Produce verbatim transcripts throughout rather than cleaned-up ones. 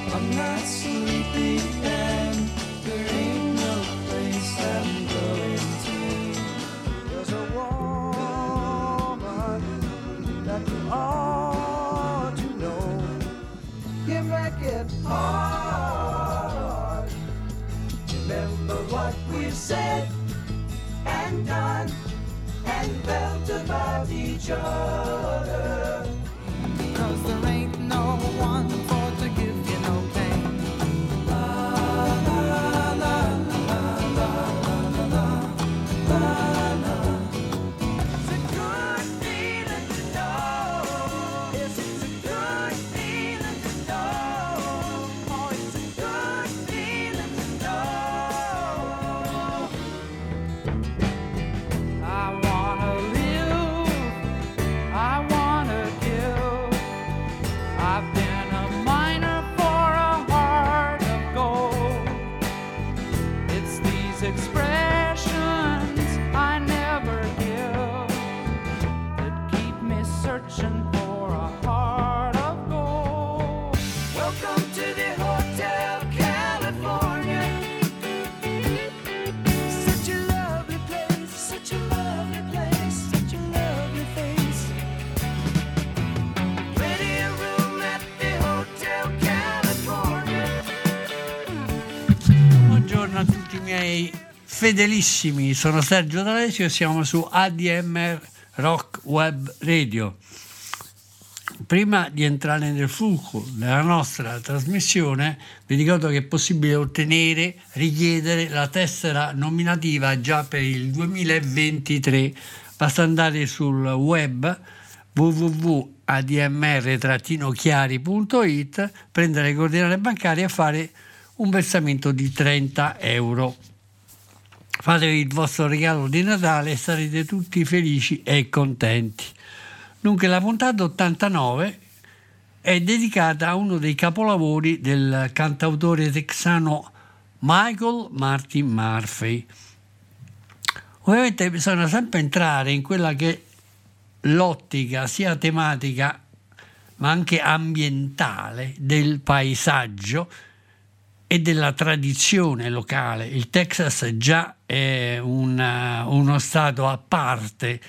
I'm not sleepy and there ain't no place I'm going to. There's a woman that you ought to know. You make it hard. Remember what we've said and done and felt about each other. 'Cause there ain't no one for to give you no pain. La la la la la la la la la. It's a good feeling to know. Yes, it's a good feeling to know. Oh, it's a good feeling to know. I wanna live, I wanna give. I've been a miner for a heart of gold. It's these expressions I never give that keep me searching for a heart of gold. Welcome to the Hotel California. Such a lovely place, such a lovely place, such a lovely face. Plenty of room at the Hotel California. Buongiorno a tutti i miei fedelissimi, sono Sergio D'Alessio e siamo su A D M R Rock Web Radio. Prima di entrare nel fulcro della nostra trasmissione, vi ricordo che è possibile ottenere, richiedere la tessera nominativa già per il duemilaventitré. Basta andare sul web w w w punto a d m r chiari punto i t, prendere le coordinate bancarie e fare un versamento di trenta euro. Fatevi il vostro regalo di Natale e sarete tutti felici e contenti. Dunque la puntata ottantanove è dedicata a uno dei capolavori del cantautore texano Michael Martin Murphey. Ovviamente bisogna sempre entrare in quella che è l'ottica sia tematica ma anche ambientale del paesaggio e della tradizione locale. Il Texas già è una, uno stato a parte,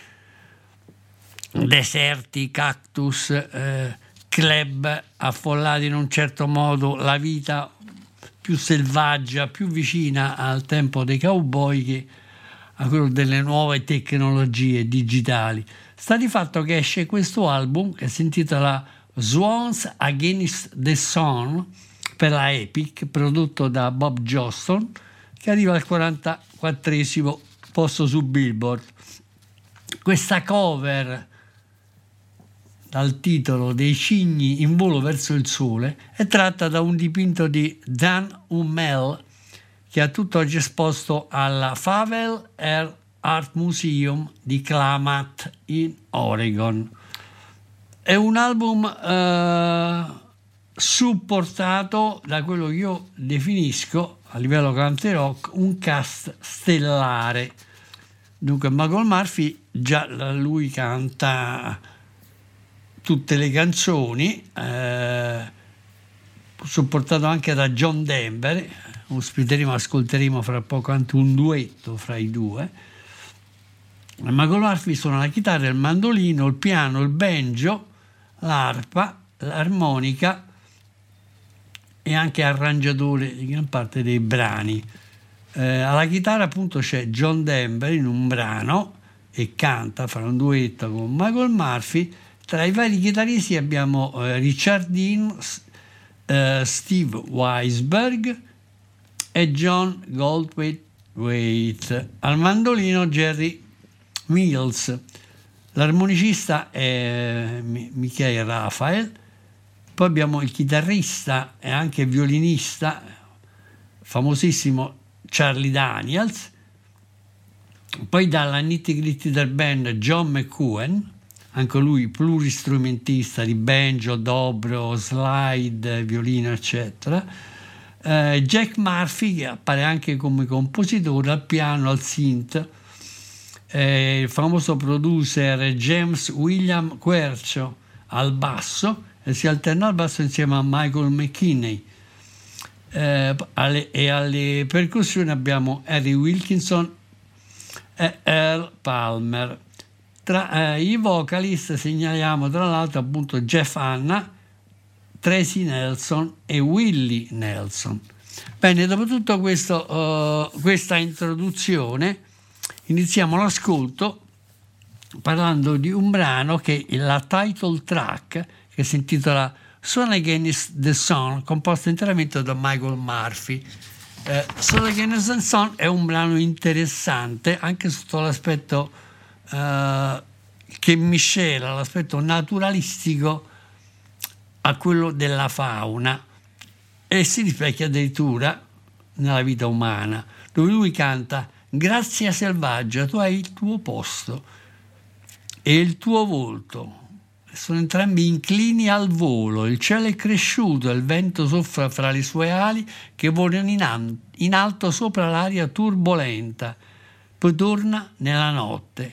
deserti, cactus, eh, club affollati in un certo modo, la vita più selvaggia, più vicina al tempo dei cowboy che a quello delle nuove tecnologie digitali. Sta di fatto che esce questo album che si intitola Swans Against the Sun per la Epic, prodotto da Bob Johnston, che arriva al quarantaquattresimo posto su Billboard. Questa cover dal titolo Dei cigni in volo verso il sole è tratta da un dipinto di Dan Hummel che è tutt'oggi esposto alla Favel Air Art Museum di Klamath in Oregon. È un album eh, supportato da quello che io definisco a livello country rock un cast stellare. Dunque Michael Murphey già lui canta tutte le canzoni, eh, supportato anche da John Denver. Ospiteremo, ascolteremo fra poco anche un duetto fra i due. Michael Murphey suona la chitarra, il mandolino, il piano, il banjo, l'arpa, l'armonica e anche arrangiatore di gran parte dei brani. Eh, alla chitarra appunto c'è John Denver in un brano e canta, farà un duetto con Michael Murphey. Tra i vari chitarristi abbiamo eh, Richard Dean, eh, Steve Weisberg e John Goldthwait. Al mandolino Jerry Mills. L'armonicista è Michael Raphael. Poi abbiamo il chitarrista e anche violinista famosissimo Charlie Daniels. Poi dalla Nitty Gritty del band John McEwen, anche lui pluristrumentista di banjo, dobro, slide, violino eccetera. eh, Jack Murphy, che appare anche come compositore al piano, al synth, eh, il famoso producer James William Quercio al basso, e si alterna al basso insieme a Michael McKinney. eh, alle, e alle percussioni abbiamo Harry Wilkinson e Earl Palmer. Tra eh, i vocalist segnaliamo tra l'altro appunto Jeff Hanna, Tracy Nelson e Willie Nelson. Bene, dopo tutta uh, questa introduzione iniziamo l'ascolto parlando di un brano che è la title track, che si intitola Son Again is the Sun, composto interamente da Michael Murphy. Eh, Son Again is the Sun è un brano interessante anche sotto l'aspetto eh, che miscela l'aspetto naturalistico a quello della fauna e si rispecchia addirittura nella vita umana, dove lui canta: grazia selvaggia, tu hai il tuo posto e il tuo volto, sono entrambi inclini al volo, il cielo è cresciuto, il vento soffia fra le sue ali che volano in, an- in alto sopra l'aria turbolenta, poi torna nella notte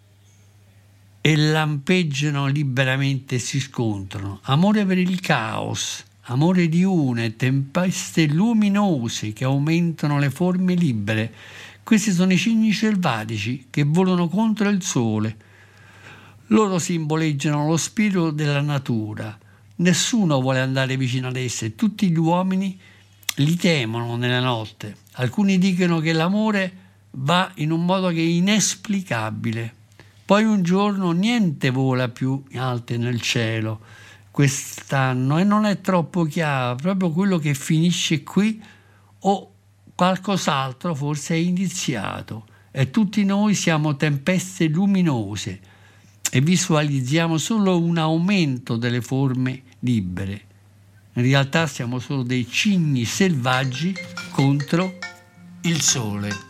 e lampeggiano liberamente e si scontrano. Amore per il caos, amore di une, tempeste luminose che aumentano le forme libere. Questi sono i cigni selvatici che volano contro il sole. Loro simboleggiano lo spirito della natura. Nessuno vuole andare vicino ad esse, tutti gli uomini li temono nella notte. Alcuni dicono che l'amore va in un modo che è inesplicabile. Poi un giorno niente vola più alte nel cielo quest'anno e non è troppo chiaro proprio quello che finisce qui o qualcos'altro forse è iniziato, e tutti noi siamo tempeste luminose e visualizziamo solo un aumento delle forme libere. In realtà siamo solo dei cigni selvaggi contro il sole.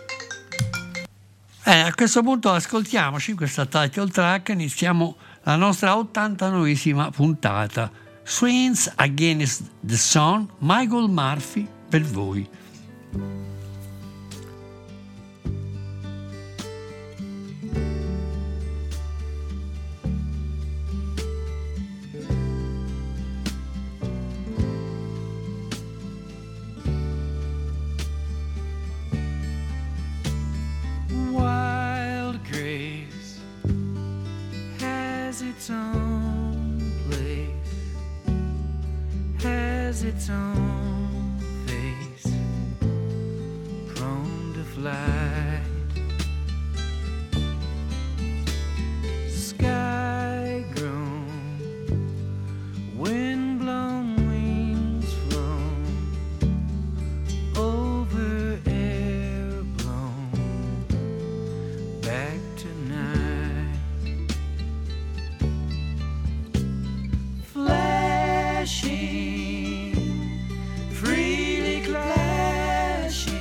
Eh, a questo punto ascoltiamoci questa title track, iniziamo la nostra ottantanovesima puntata. Swings Against the Sun, Michael Murphy per voi. Its own place, has its own face, prone to fly. Sky grown, wind blown wings flown, over air blown, back tonight. Freely clashing,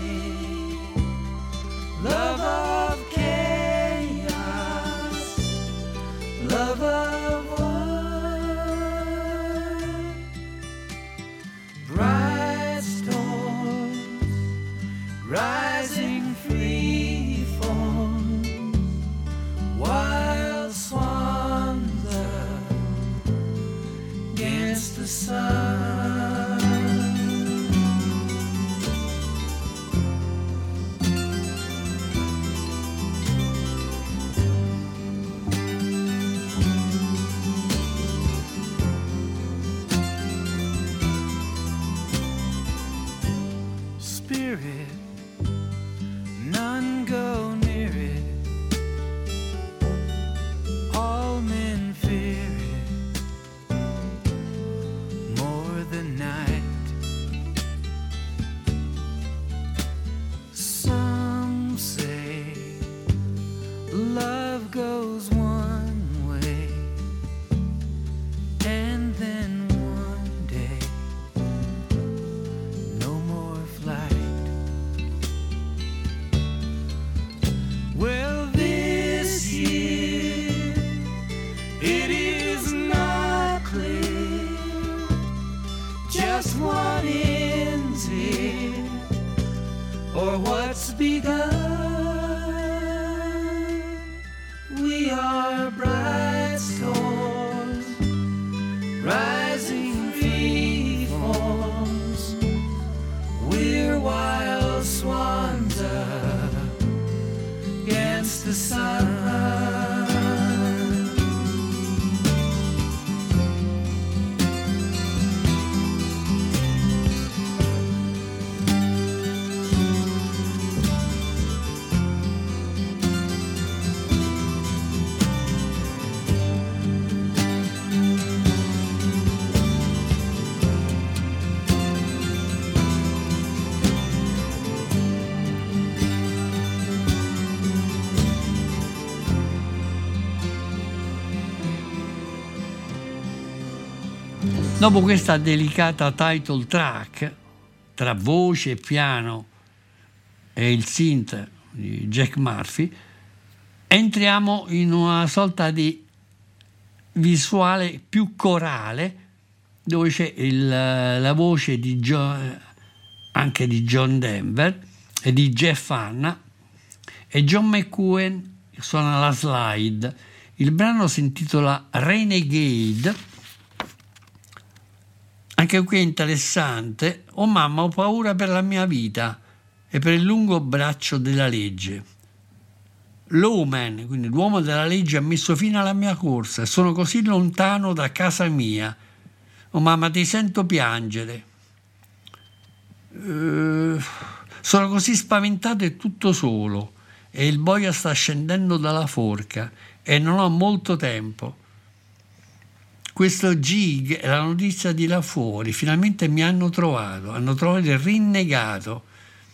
love of chaos, love of one, bright storms rising free falls, wild swans up against the sun. None go near it, all men fear it more than night. Some say love goes one way and then one day no more flight. Well, this year it is not clear just what ends it or what's begun. We are bright storms, rising free forms, Dopo questa delicata title track, tra voce e piano e il synth di Jack Murphy, entriamo in una sorta di visuale più corale, dove c'è il, la voce di John, anche di John Denver e di Jeff Hanna, e John McEwen suona la slide. Il brano si intitola Renegade. Anche qui è interessante. Oh mamma, ho paura per la mia vita e per il lungo braccio della legge. Lawman, quindi l'uomo della legge, ha messo fine alla mia corsa e sono così lontano da casa mia. Oh mamma, ti sento piangere. Uh, sono così spaventato e tutto solo e il boia sta scendendo dalla forca e non ho molto tempo. Questo gig è la notizia di là fuori. Finalmente mi hanno trovato, hanno trovato il rinnegato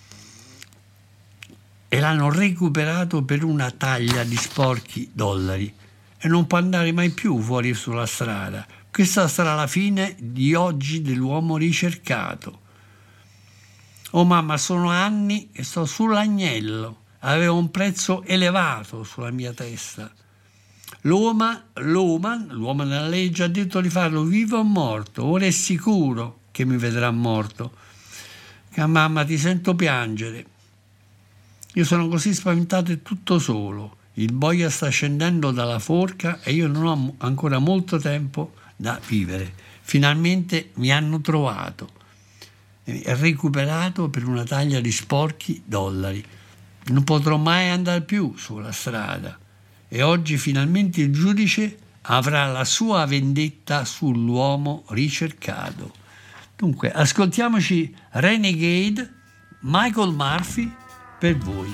e l'hanno recuperato per una taglia di sporchi dollari e non può andare mai più fuori sulla strada. Questa sarà la fine di oggi dell'uomo ricercato. Oh mamma, sono anni che sto sull'agnello, avevo un prezzo elevato sulla mia testa. L'uomo, l'uomo, l'uomo della legge ha detto di farlo vivo o morto, ora è sicuro che mi vedrà morto. Che mamma, ti sento piangere. Io sono così spaventato e tutto solo. Il boia sta scendendo dalla forca e io non ho ancora molto tempo da vivere. Finalmente mi hanno trovato e recuperato per una taglia di sporchi dollari. Non potrò mai andare più sulla strada. E oggi finalmente il giudice avrà la sua vendetta sull'uomo ricercato. Dunque, ascoltiamoci Renegade, Michael Murphy, per voi.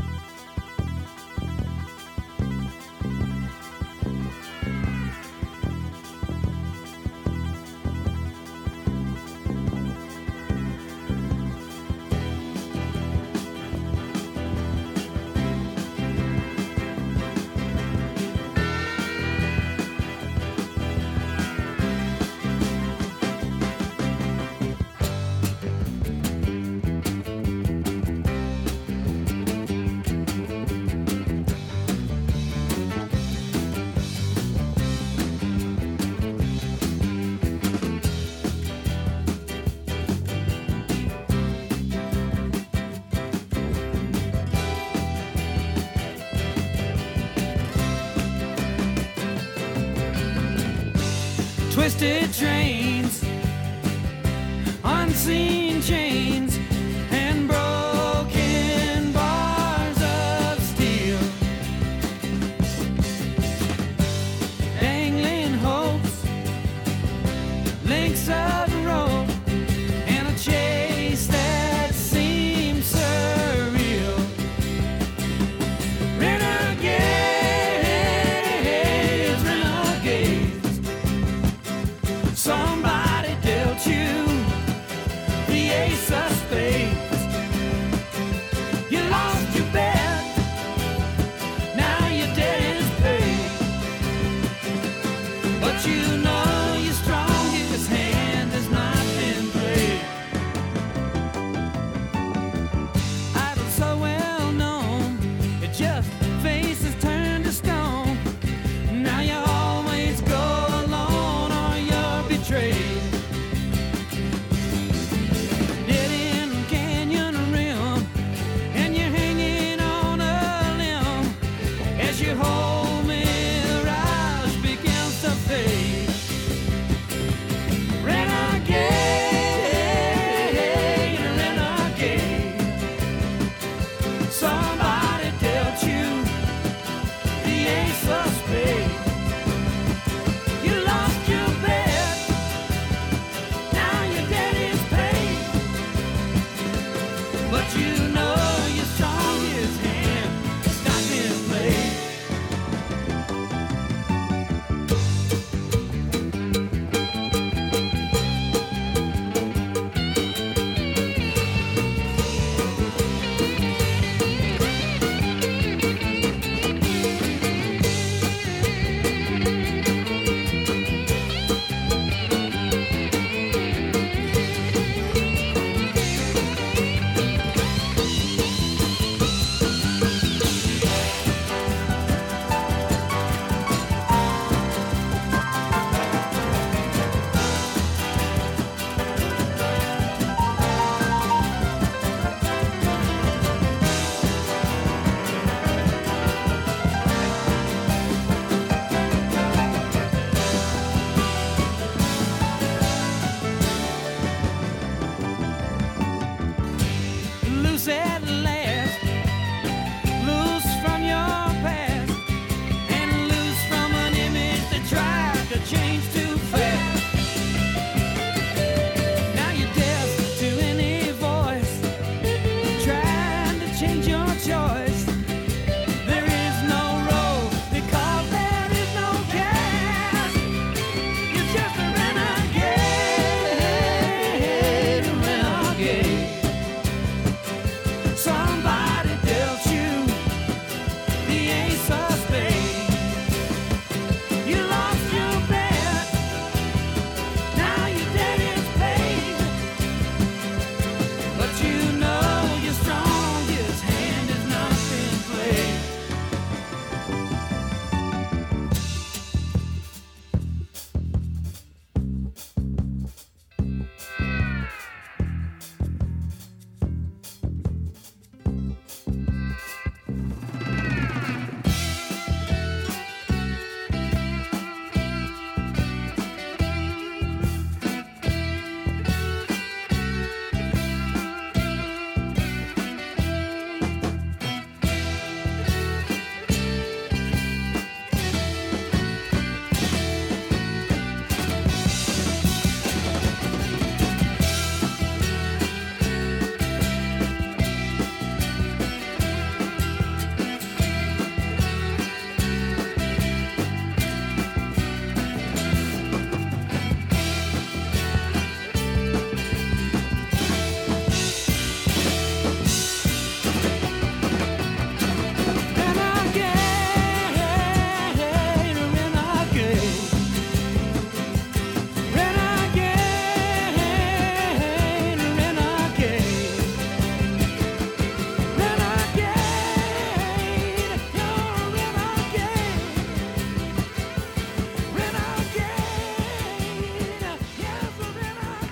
Twisted trains, unseen chains, and broken bars of steel, dangling hopes, links of rope, and a chase that seems surreal. Renegades, renegades. Somebody dealt you the ace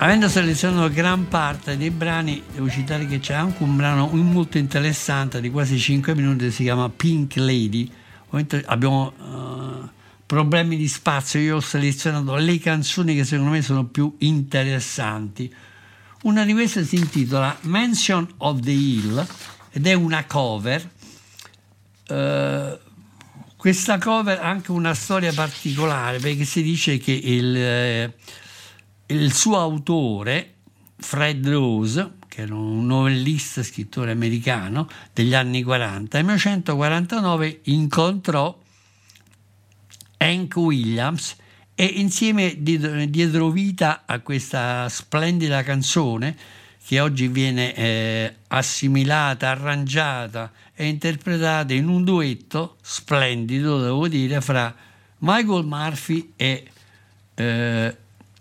Avendo selezionato gran parte dei brani, devo citare che c'è anche un brano molto interessante di quasi cinque minuti, si chiama Pink Lady. Abbiamo uh, problemi di spazio, io ho selezionato le canzoni che secondo me sono più interessanti. Una di queste si intitola Mansion of the Hill ed è una cover. Uh, questa cover ha anche una storia particolare, perché si dice che il... Eh, il suo autore, Fred Rose, che era un novellista scrittore americano degli anni quaranta, nel millenovecentoquarantanove incontrò Hank Williams e insieme diedero vita a questa splendida canzone che oggi viene eh, assimilata, arrangiata e interpretata in un duetto splendido, devo dire, fra Michael Murphy e eh,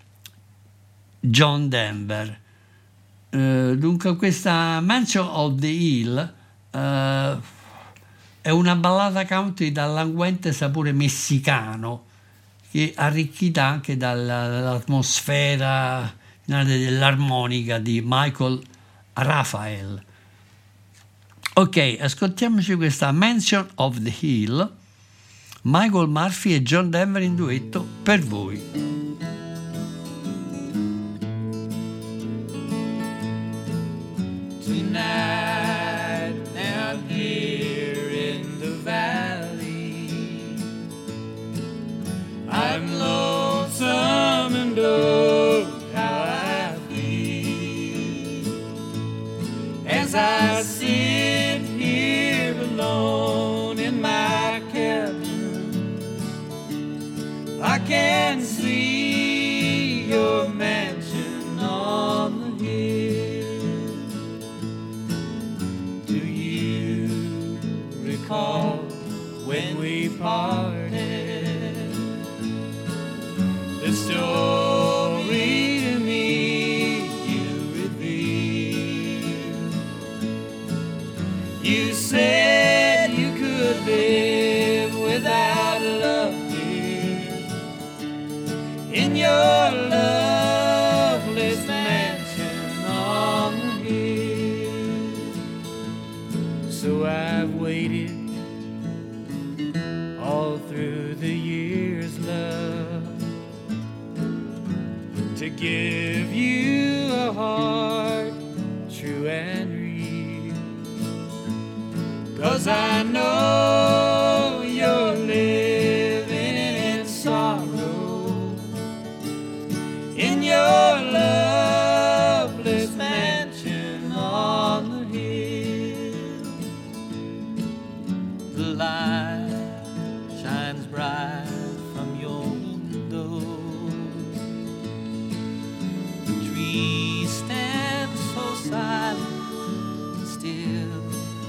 John Denver. Uh, dunque questa Mansion of the Hill uh, è una ballata country dall'anguente sapore messicano, che è arricchita anche dalla, dall'atmosfera dell'armonica di Michael Raphael. Ok, ascoltiamoci questa Mansion of the Hill, Michael Murphy e John Denver in duetto per voi. Tonight, down here in the valley, I'm lonesome and oh, how I feel as I sit here alone in my cabin. I can see your mansion on the hill. When we parted, the story to me you revealed. You said you could live without love, dear, in your loveless mansion on the hill. So I've waited all through the years, love, to give you a heart true and real. 'Cause I know you're living in sorrow in your loveless mansion on the hill. The light shines bright from your window. The trees stand so silent and still.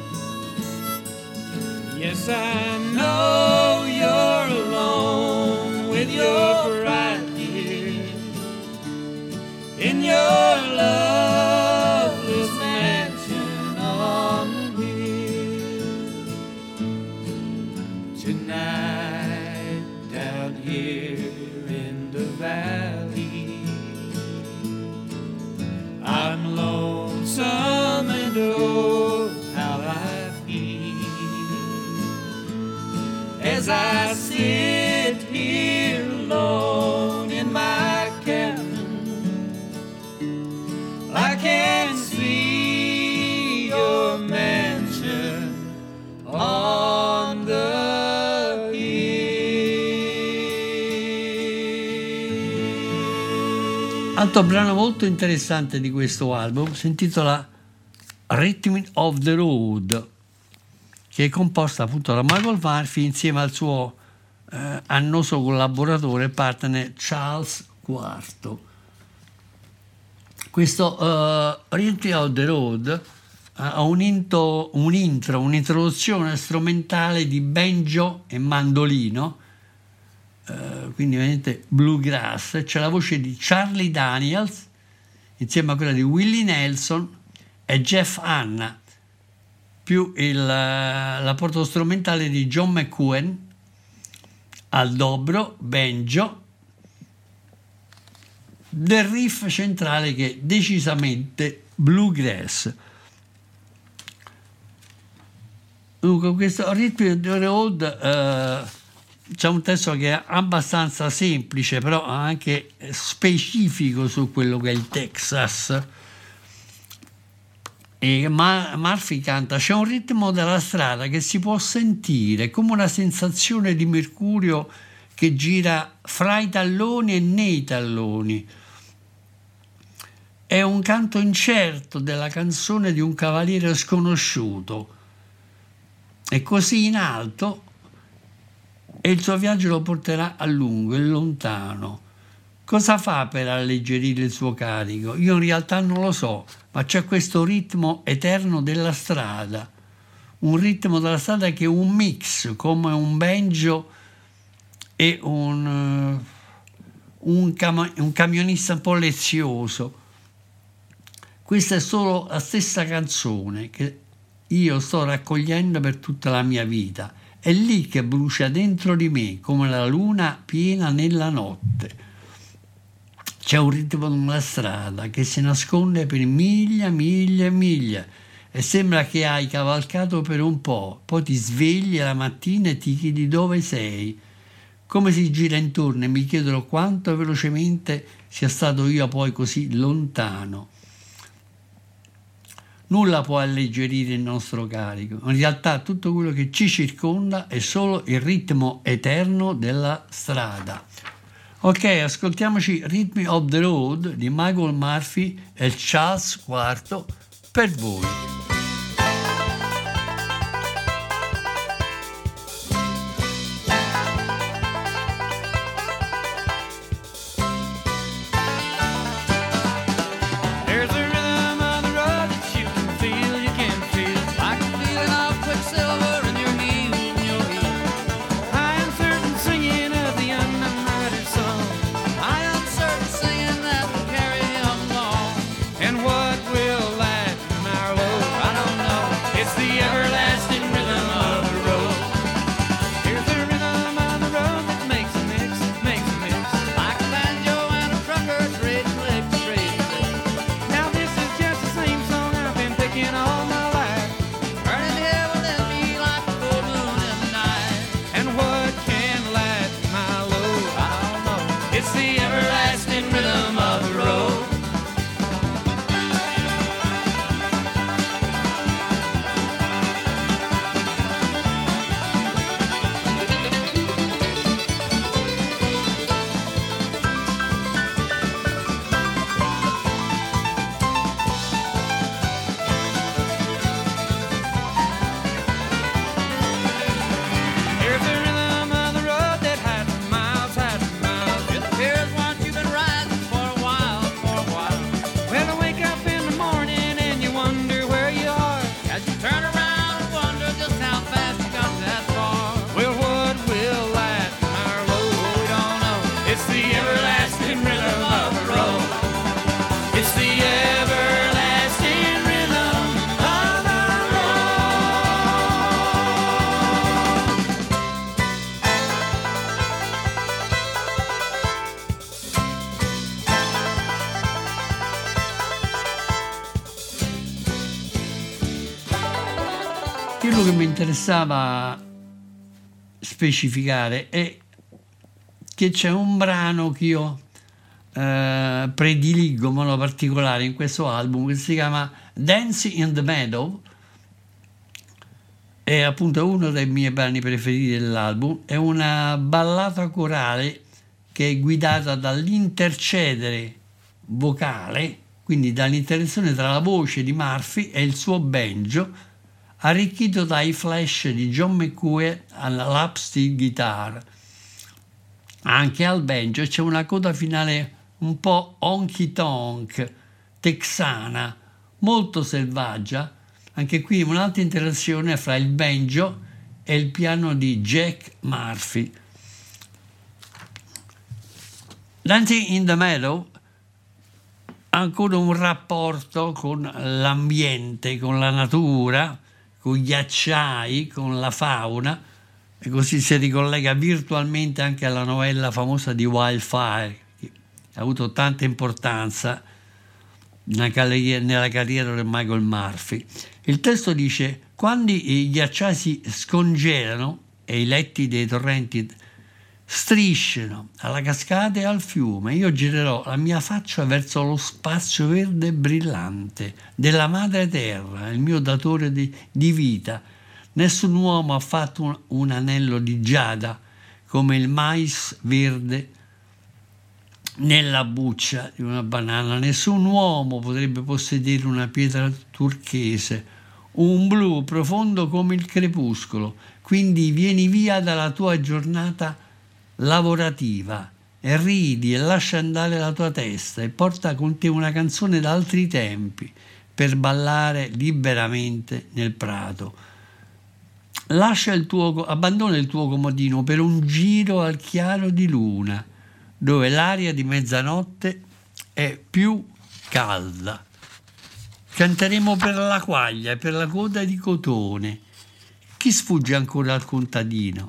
Yes, I know you're alone with your bride, dear, in your loveless mansion on the hill. Tonight, down here in the valley, I'm lonesome and oh, how I feel as I sit here alone in my cabin. I can see your mansion on the hill. Altro brano molto interessante di questo album si intitola Rhythm of the Road, che è composta appunto da Michael Murphy insieme al suo eh, annoso collaboratore e partner Charles Quarto. Questo uh, Rhythm of the Road ha un, into, un intro, un'introduzione strumentale di banjo e mandolino, uh, quindi ovviamente bluegrass. C'è la voce di Charlie Daniels insieme a quella di Willie Nelson e Jeff Hanna, più il, l'apporto strumentale di John McEwen al dobro, banjo, del riff centrale che è decisamente bluegrass. Dunque, questo Rhythm of the Road eh, c'è un testo che è abbastanza semplice, però anche specifico su quello che è il Texas. E Mar- Murphy canta: c'è un ritmo della strada che si può sentire come una sensazione di mercurio che gira fra i talloni e nei talloni. È un canto incerto della canzone di un cavaliere sconosciuto. È così in alto e il suo viaggio lo porterà a lungo e lontano. Cosa fa per alleggerire il suo carico? Io in realtà non lo so, ma c'è questo ritmo eterno della strada, un ritmo della strada che è un mix, come un banjo e un, un, cam- un camionista un po' lezioso. Questa è solo la stessa canzone che io sto raccogliendo per tutta la mia vita. È lì che brucia dentro di me come la luna piena nella notte. C'è un ritmo nella strada che si nasconde per miglia, miglia e miglia e sembra che hai cavalcato per un po', poi ti svegli la mattina e ti chiedi dove sei. Come si gira intorno e mi chiedono quanto velocemente sia stato io poi così lontano. Nulla può alleggerire il nostro carico. In realtà tutto quello che ci circonda è solo il ritmo eterno della strada. Ok, ascoltiamoci Rhythm of the Road di Michael Murphy e Charles quarto per voi. Quello che mi interessava specificare è che c'è un brano che io eh, prediligo in modo particolare in questo album, che si chiama Dancing in the Meadow. È appunto uno dei miei brani preferiti dell'album. È una ballata corale che è guidata dall'intercedere vocale, quindi dall'interazione tra la voce di Murphy e il suo banjo, arricchito dai flash di John McCue alla lap steel guitar. Anche al banjo c'è una coda finale un po' honky tonk, texana, molto selvaggia. Anche qui un'altra interazione fra il banjo e il piano di Jack Murphy. Dancing in the Meadow ha ancora un rapporto con l'ambiente, con la natura, con gli acciai, con la fauna, e così si ricollega virtualmente anche alla novella famosa di Wildfire, ha avuto tanta importanza nella carriera, nella carriera di Michael Murphy. Il testo dice: quando i ghiacciai si scongelano e i letti dei torrenti strisciano alla cascata e al fiume, io girerò la mia faccia verso lo spazio verde e brillante della madre terra, il mio datore di, di vita. Nessun uomo ha fatto un, un anello di giada come il mais verde nella buccia di una banana. Nessun uomo potrebbe possedere una pietra turchese, un blu profondo come il crepuscolo. Quindi vieni via dalla tua giornata lavorativa e ridi e lascia andare la tua testa e porta con te una canzone d'altri tempi per ballare liberamente nel prato. Lascia il tuo, abbandona il tuo comodino per un giro al chiaro di luna, dove l'aria di mezzanotte è più calda. Canteremo per la quaglia e per la coda di cotone. Chi sfugge ancora al contadino?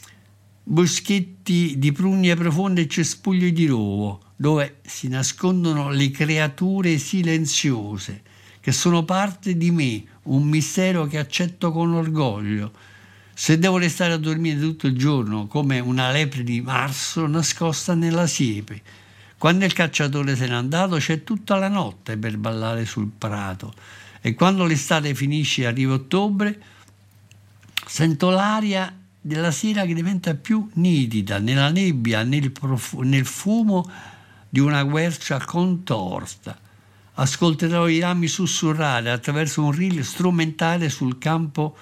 Boschetti di prugne profonde e cespugli di rovo, dove si nascondono le creature silenziose, che sono parte di me, un mistero che accetto con orgoglio. Se devo restare a dormire tutto il giorno come una lepre di marzo nascosta nella siepe, quando il cacciatore se n'è andato c'è tutta la notte per ballare sul prato, e quando l'estate finisce e arriva ottobre sento l'aria della sera che diventa più nitida nella nebbia, nel, prof- nel fumo di una quercia contorta. Ascolterò i rami sussurrare attraverso un reel strumentale sul campo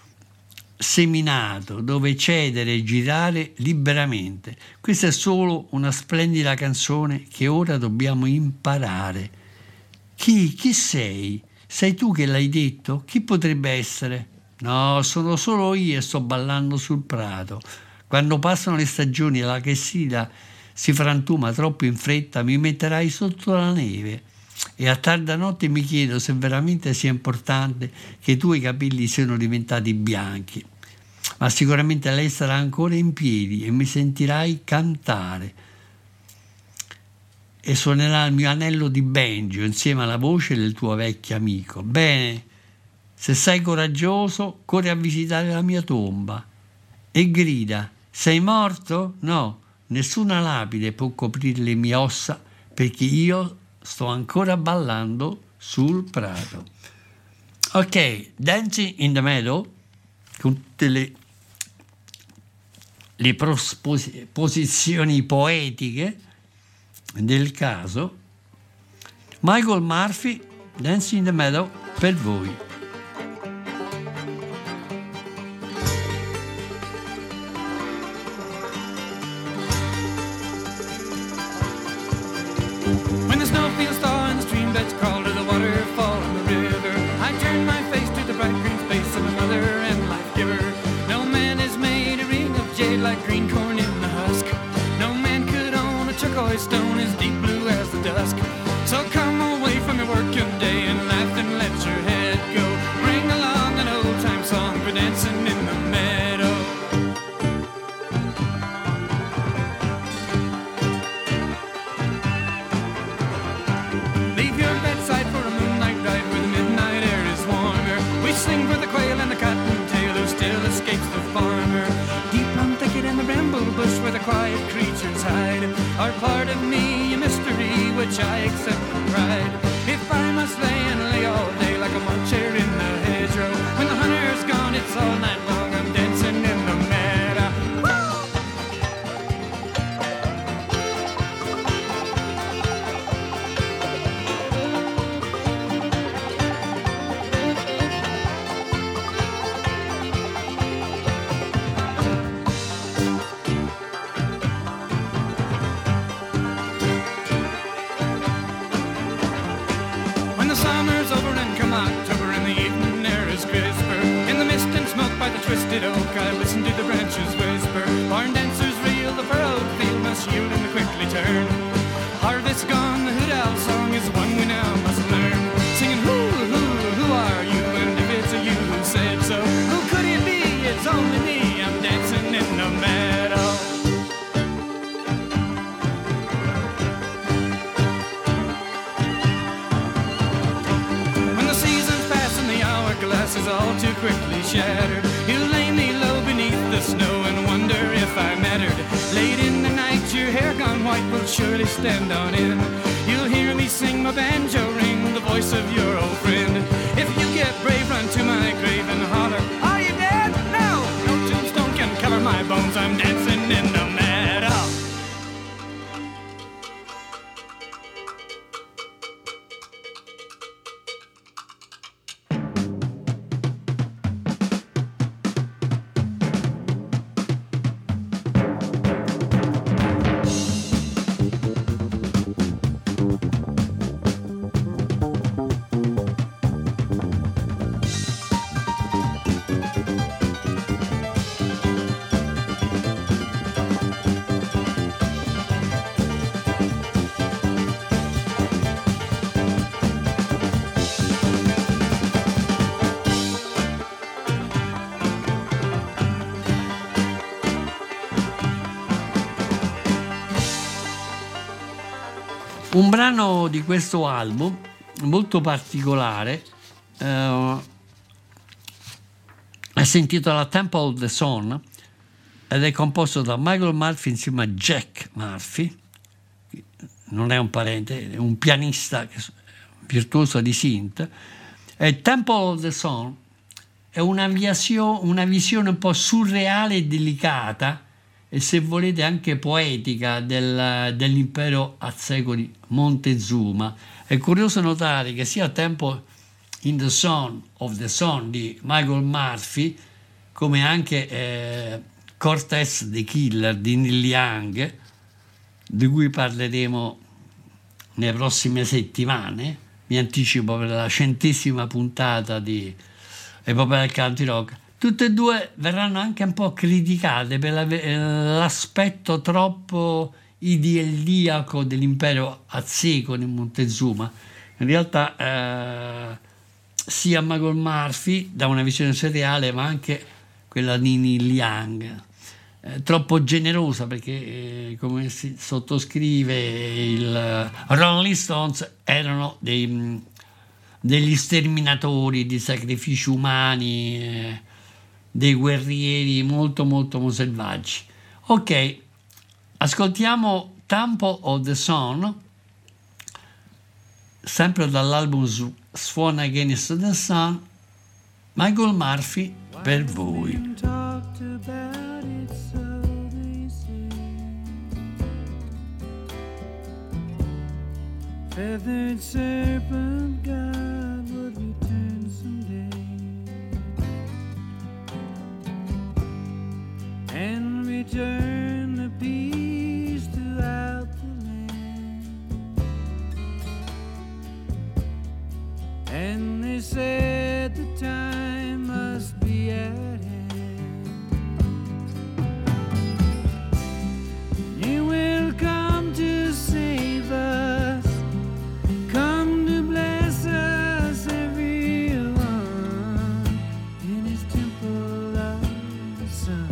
seminato, dove cedere e girare liberamente. Questa è solo una splendida canzone che ora dobbiamo imparare. Chi? Chi sei? Sei tu che l'hai detto? Chi potrebbe essere? No, sono solo io e sto ballando sul prato. Quando passano le stagioni e la chessida si frantuma troppo in fretta, mi metterai sotto la neve e a tarda notte mi chiedo se veramente sia importante che i tuoi capelli siano diventati bianchi. Ma sicuramente lei sarà ancora in piedi e mi sentirai cantare e suonerà il mio anello di banjo insieme alla voce del tuo vecchio amico. Bene, se sei coraggioso, corri a visitare la mia tomba e grida: sei morto? No, nessuna lapide può coprire le mie ossa perché io sto ancora ballando sul prato. Ok, Dancing in the Meadow, con tutte le, le prospos- posizioni poetiche del caso. Michael Murphy, Dancing in the Meadow, per voi. When the snow feels thaw and the stream beds crawl to the waterfall in the river, I turn my face to the bright green face of a mother and life giver. No man is made a ring of jade like green corn in the husk. No man could own a turquoise stone as deep blue as the dusk. So come away from your work of day and laugh and let your head go. glass is all too quickly shattered. He'll lay me low beneath the snow and wonder if I mattered. Late in the night, your hair gone white will surely stand on end. You'll hear me sing my banjo ring, the voice of your old friend. If you get brave, run to my grave and holler, are you dead? No, no tombstone can cover my bones. I'm dancing in the meadow. Un brano di questo album molto particolare eh, si intitola Temple of the Sun ed è composto da Michael Murphy insieme a Jack Murphy, non è un parente, è un pianista virtuoso di synth. E Temple of the Sun è una, visio, una visione un po' surreale e delicata e, se volete, anche poetica del, dell'impero azteco di Montezuma. È curioso notare che sia Temple in the Sun of the Sun di Michael Murphy come anche eh, Cortez the Killer di Neil Young, di cui parleremo nelle prossime settimane, mi anticipo per la centesima puntata di Epopea del Country Rock. Tutte e due verranno anche un po' criticate per la, l'aspetto troppo idilliaco dell'impero azteco di Montezuma. In realtà eh, sia Michael Murphy dà una visione seriale, ma anche quella di Neil Young, eh, troppo generosa, perché eh, come si sottoscrive il Rolling Stones erano dei, degli sterminatori di sacrifici umani, eh, dei guerrieri molto molto selvaggi. Ok, ascoltiamo Temple of the Sun, sempre dall'album Sworn Against the Sun, Michael Murphy per voi. Feathered serpent God would return someday and return the peace throughout the land. And they said the time must be at hand. You will come to save us, come to bless us, everyone, in his temple of the sun.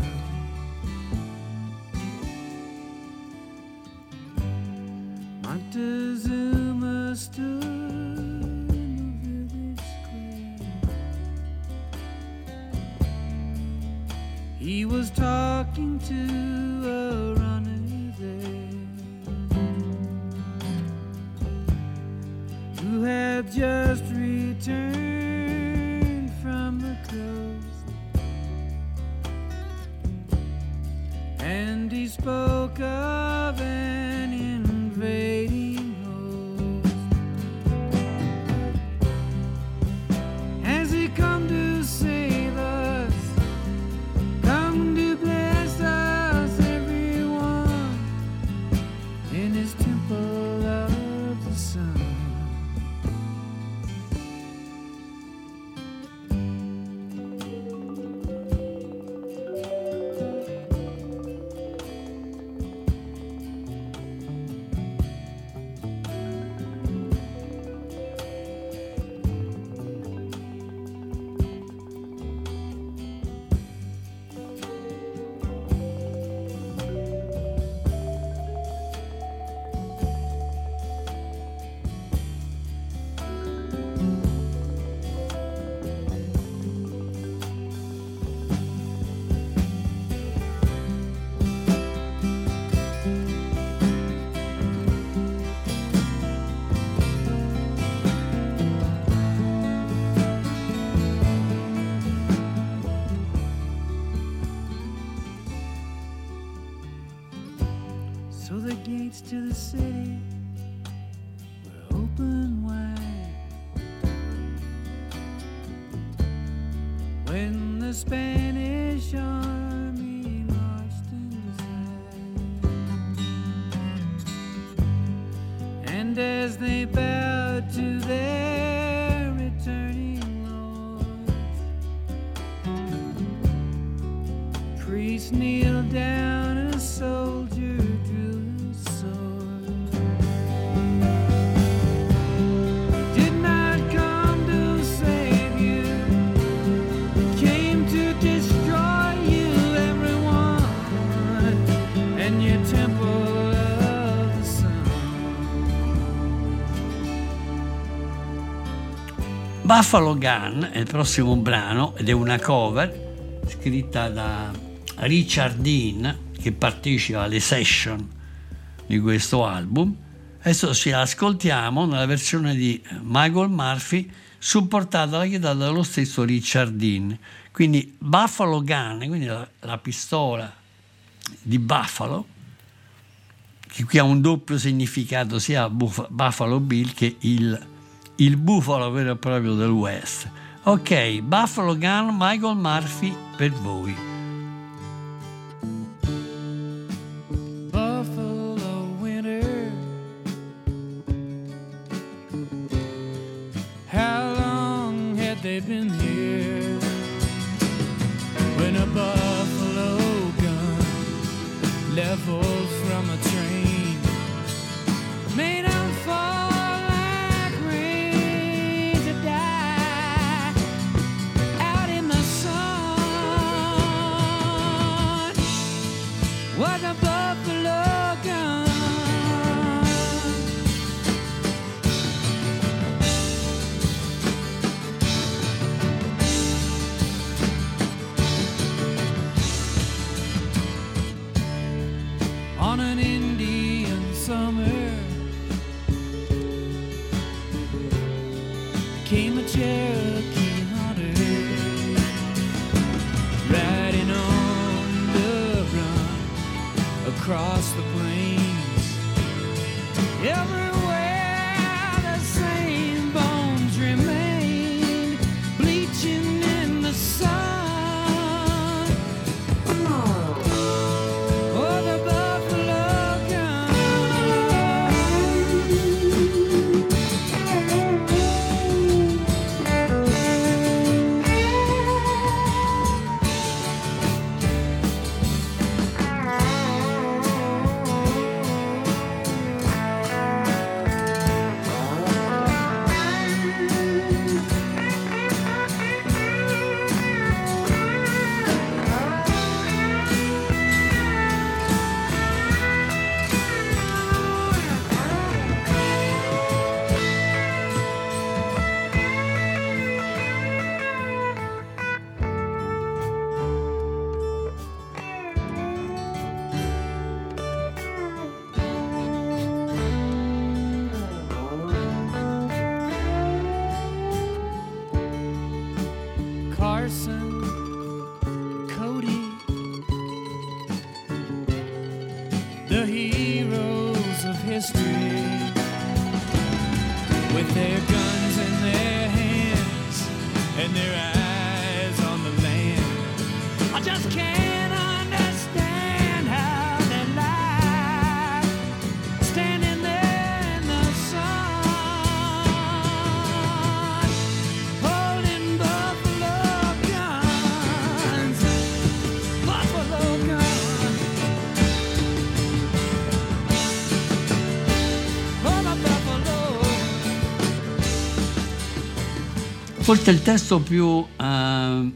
Montezuma stood in the village square. He was talking to a runner there who had just returned from the coast, and he spoke of an invading host. Has he come to save us? Come to bless us, everyone, in his temple of the sun. Spanish army marched into sight, and as they bowed to their returning lord, the priest kneeled down, a soldier drew his sword. He did not come to save you, came to destroy you, everyone, and your temple of the sun. Buffalo Gun è il prossimo brano ed è una cover scritta da Richard Dean, che partecipa alle session di questo album. Adesso ci ascoltiamo nella versione di Michael Murphy, supportata dalla chitarra dallo stesso Richard Dean. Quindi Buffalo Gun, quindi la, la pistola di Buffalo, che qui ha un doppio significato, sia Buff- Buffalo Bill che il, il bufalo vero e proprio del West. Ok, Buffalo Gun, Michael Murphy per voi. Buffalo winter, how long had they been here? When a buffalo gun levels from a train, made them fall like rain to die out in the sun. What a buffalo gun. On an Indian summer came a Cherokee hunter, riding on the run across the plains. Everywhere the same bones remain, bleaching in the sun. Oh, the buffalo gun. Carson, Cody, the heroes of history, with their guns in their hands and their eyes on the land. I just can't understand how they lie, standing there in the sun, holding buffalo guns, buffalo guns, for the buffalo. Forse il testo più eh,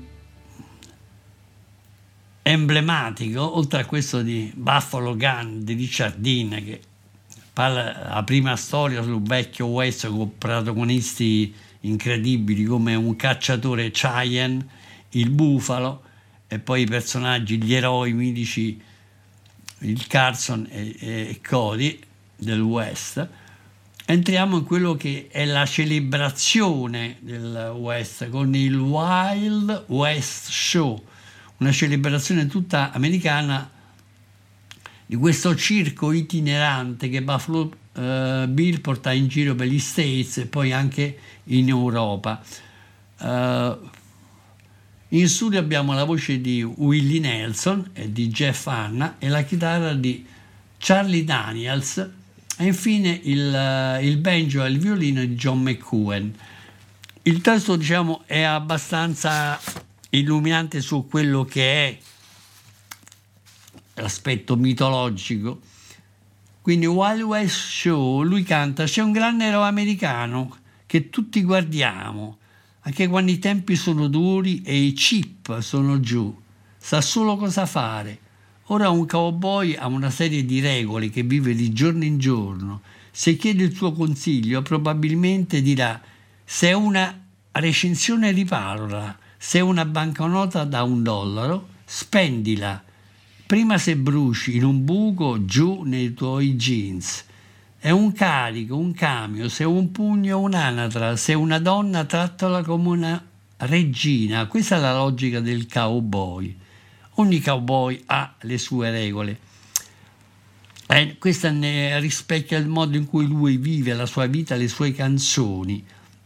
emblematico, oltre a questo di Buffalo Gun di Richard Dean, che parla la prima storia sul vecchio West con protagonisti incredibili come un cacciatore Cheyenne, il bufalo, e poi i personaggi, gli eroi mitici, il Carson e, e Cody del West. Entriamo in quello che è la celebrazione del West con il Wild West Show, una celebrazione tutta americana di questo circo itinerante che Buffalo uh, Bill porta in giro per gli States e poi anche in Europa. Uh, In studio abbiamo la voce di Willie Nelson e di Jeff Hanna e la chitarra di Charlie Daniels e infine il, il banjo e il violino di John McEwen. Il testo, diciamo, è abbastanza illuminante su quello che è l'aspetto mitologico. Quindi Wild West Show, lui canta: c'è un grande eroe americano che tutti guardiamo, anche quando i tempi sono duri e i chip sono giù, sa solo cosa fare. Ora un cowboy ha una serie di regole che vive di giorno in giorno. Se chiede il suo consiglio probabilmente dirà: se è una recensione riparala, se è una banconota da un dollaro spendila, prima se bruci in un buco giù nei tuoi jeans. È un carico, un cambio, se un pugno un'anatra, se una donna trattala come una regina. Questa è la logica del cowboy. Ogni cowboy ha le sue regole. E questa ne rispecchia il modo in cui lui vive la sua vita, le sue canzoni.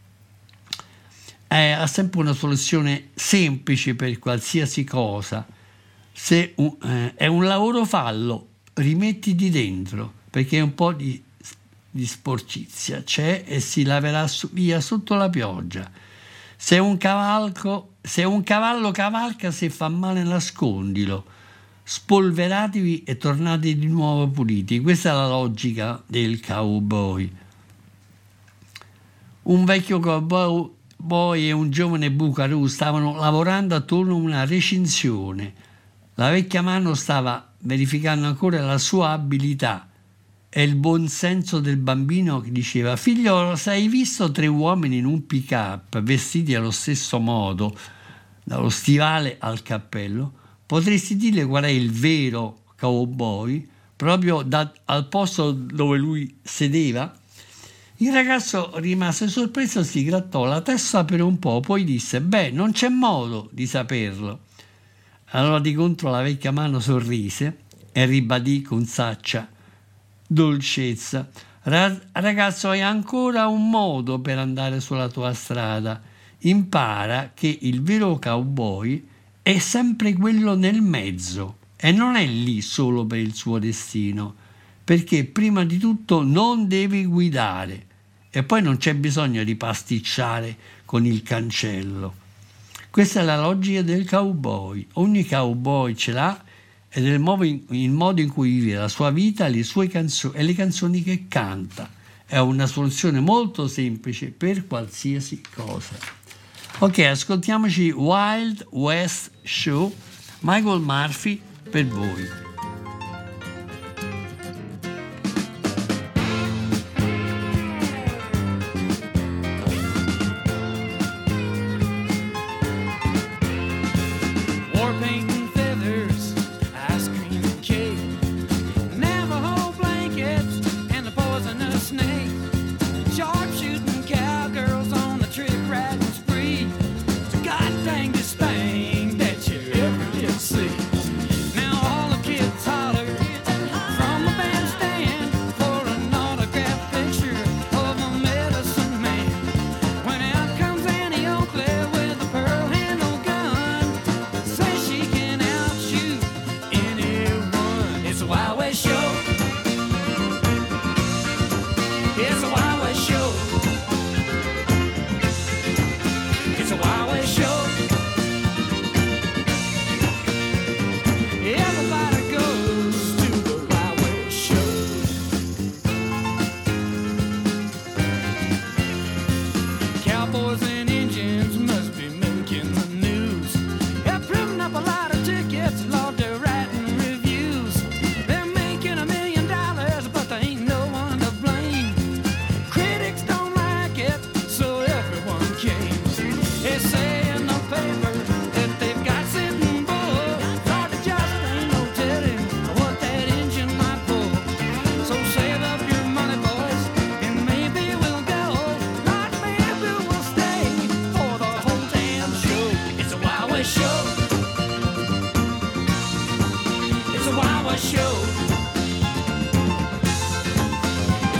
Eh, ha sempre una soluzione semplice per qualsiasi cosa. Se un, eh, è un lavoro, fallo, rimettiti dentro, perché un po' di di sporcizia c'è e si laverà su, via sotto la pioggia. Se un cavallo, se un cavallo cavalca, se fa male nascondilo, spolveratevi e tornate di nuovo puliti. Questa è la logica del cowboy. Un vecchio cowboy e un giovane bucarù stavano lavorando attorno a una recinzione. La vecchia mano stava verificando ancora la sua abilità e il buon senso del bambino che diceva: figliolo, se hai visto tre uomini in un pick-up vestiti allo stesso modo, dallo stivale al cappello, potresti dire qual è il vero cowboy, proprio da, al posto dove lui sedeva? Il ragazzo rimase sorpreso, si grattò la testa per un po', poi disse: beh, non c'è modo di saperlo. Allora di contro la vecchia mano sorrise e ribadì con saccia dolcezza: ragazzo, hai ancora un modo per andare sulla tua strada. Impara che il vero cowboy è sempre quello nel mezzo e non è lì solo per il suo destino, perché prima di tutto non devi guidare e poi non c'è bisogno di pasticciare con il cancello. Questa è la logica del cowboy. Ogni cowboy ce l'ha ed è il modo, in, il modo in cui vive la sua vita, le sue canzoni e le canzoni che canta. È una soluzione molto semplice per qualsiasi cosa. Ok, ascoltiamoci Wild West Show, Michael Murphy per voi.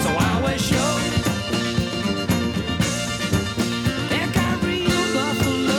Buffalo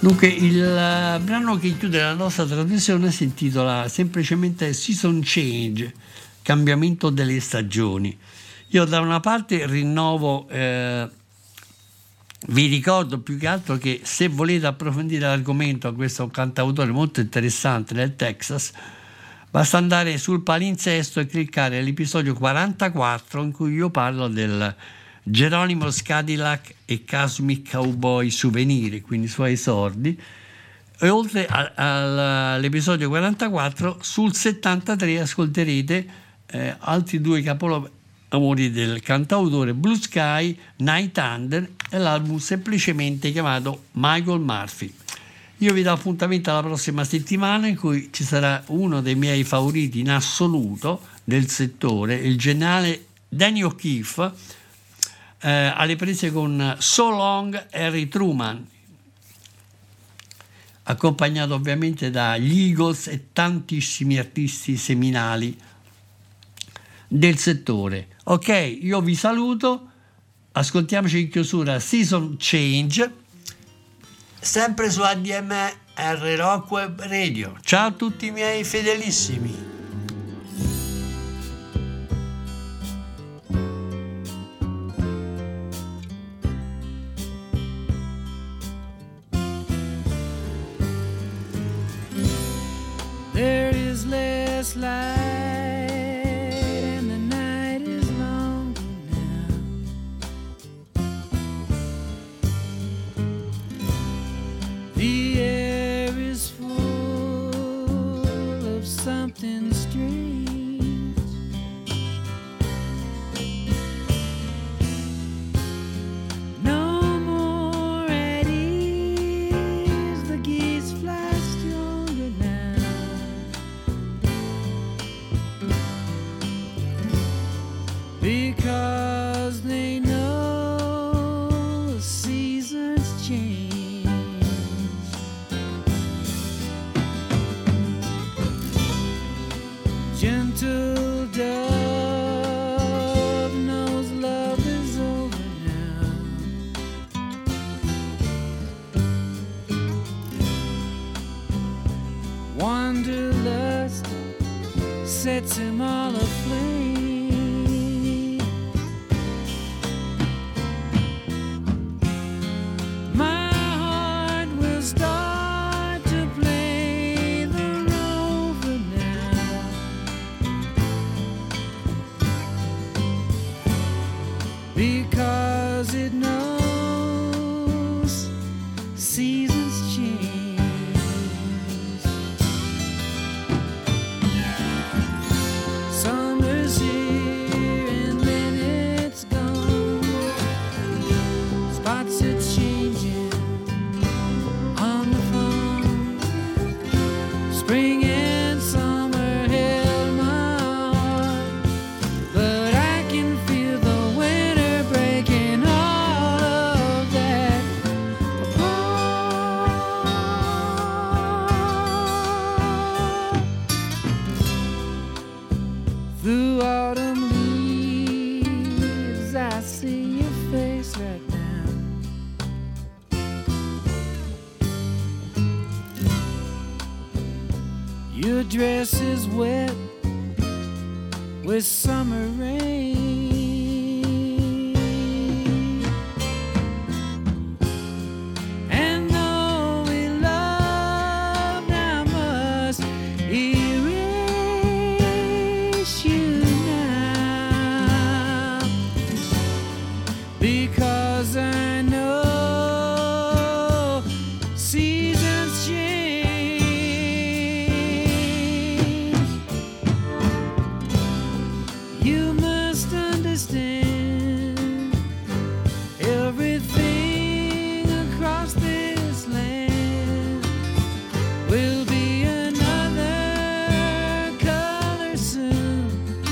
Dunque, il uh, brano che chiude la nostra trasmissione si intitola semplicemente Season Change, cambiamento delle stagioni. Io da una parte rinnovo, eh, vi ricordo più che altro che se volete approfondire l'argomento, questo è un cantautore molto interessante del Texas, basta andare sul palinsesto e cliccare l'episodio quarantaquattro in cui io parlo del Geronimo Cadillac e Cosmic Cowboy Souvenir, quindi i suoi esordi, e oltre a, a, all'episodio quarantaquattro sul settantatré ascolterete eh, altri due capolavori del cantautore, Blue Sky, Night Thunder e l'album semplicemente chiamato Michael Murphy. Io vi do appuntamento alla prossima settimana in cui ci sarà uno dei miei favoriti in assoluto del settore, il geniale Danny O'Keefe, Eh, alle prese con So Long Harry Truman, accompagnato ovviamente dagli Eagles e tantissimi artisti seminali del settore. Ok, io vi saluto, ascoltiamoci in chiusura Season Change, sempre su A D M R Rock Web Radio. Ciao a tutti i miei fedelissimi. There is less light and the night is longer now. The air is full of something strange. No more at ease, the geese fly stronger now. Because they know the seasons change. Gentle dove knows love is over now. Wanderlust sets him all aflame. My heart will start to play the rover now. Because it knows seasons change. Summer's here and then it's gone. Spots are changing on the phone. Spring and summer held my heart, but I can feel the winter breaking all of that apart. Through autumn leaves, I see your face right now. Your dress is wet with summer rain. And though we loved, I must erase you now. Because I know seasons change. You must understand everything across this land will be another color soon.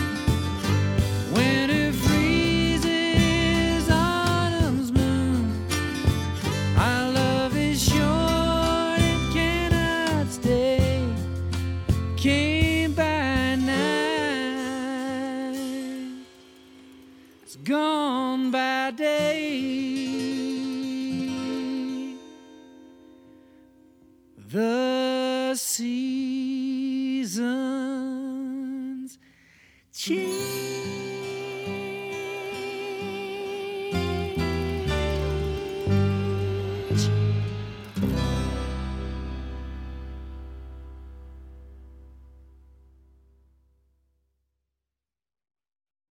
Winter freezes, autumn's moon. Our love is short, it cannot stay. Came by night, it's gone by day. the seasons change.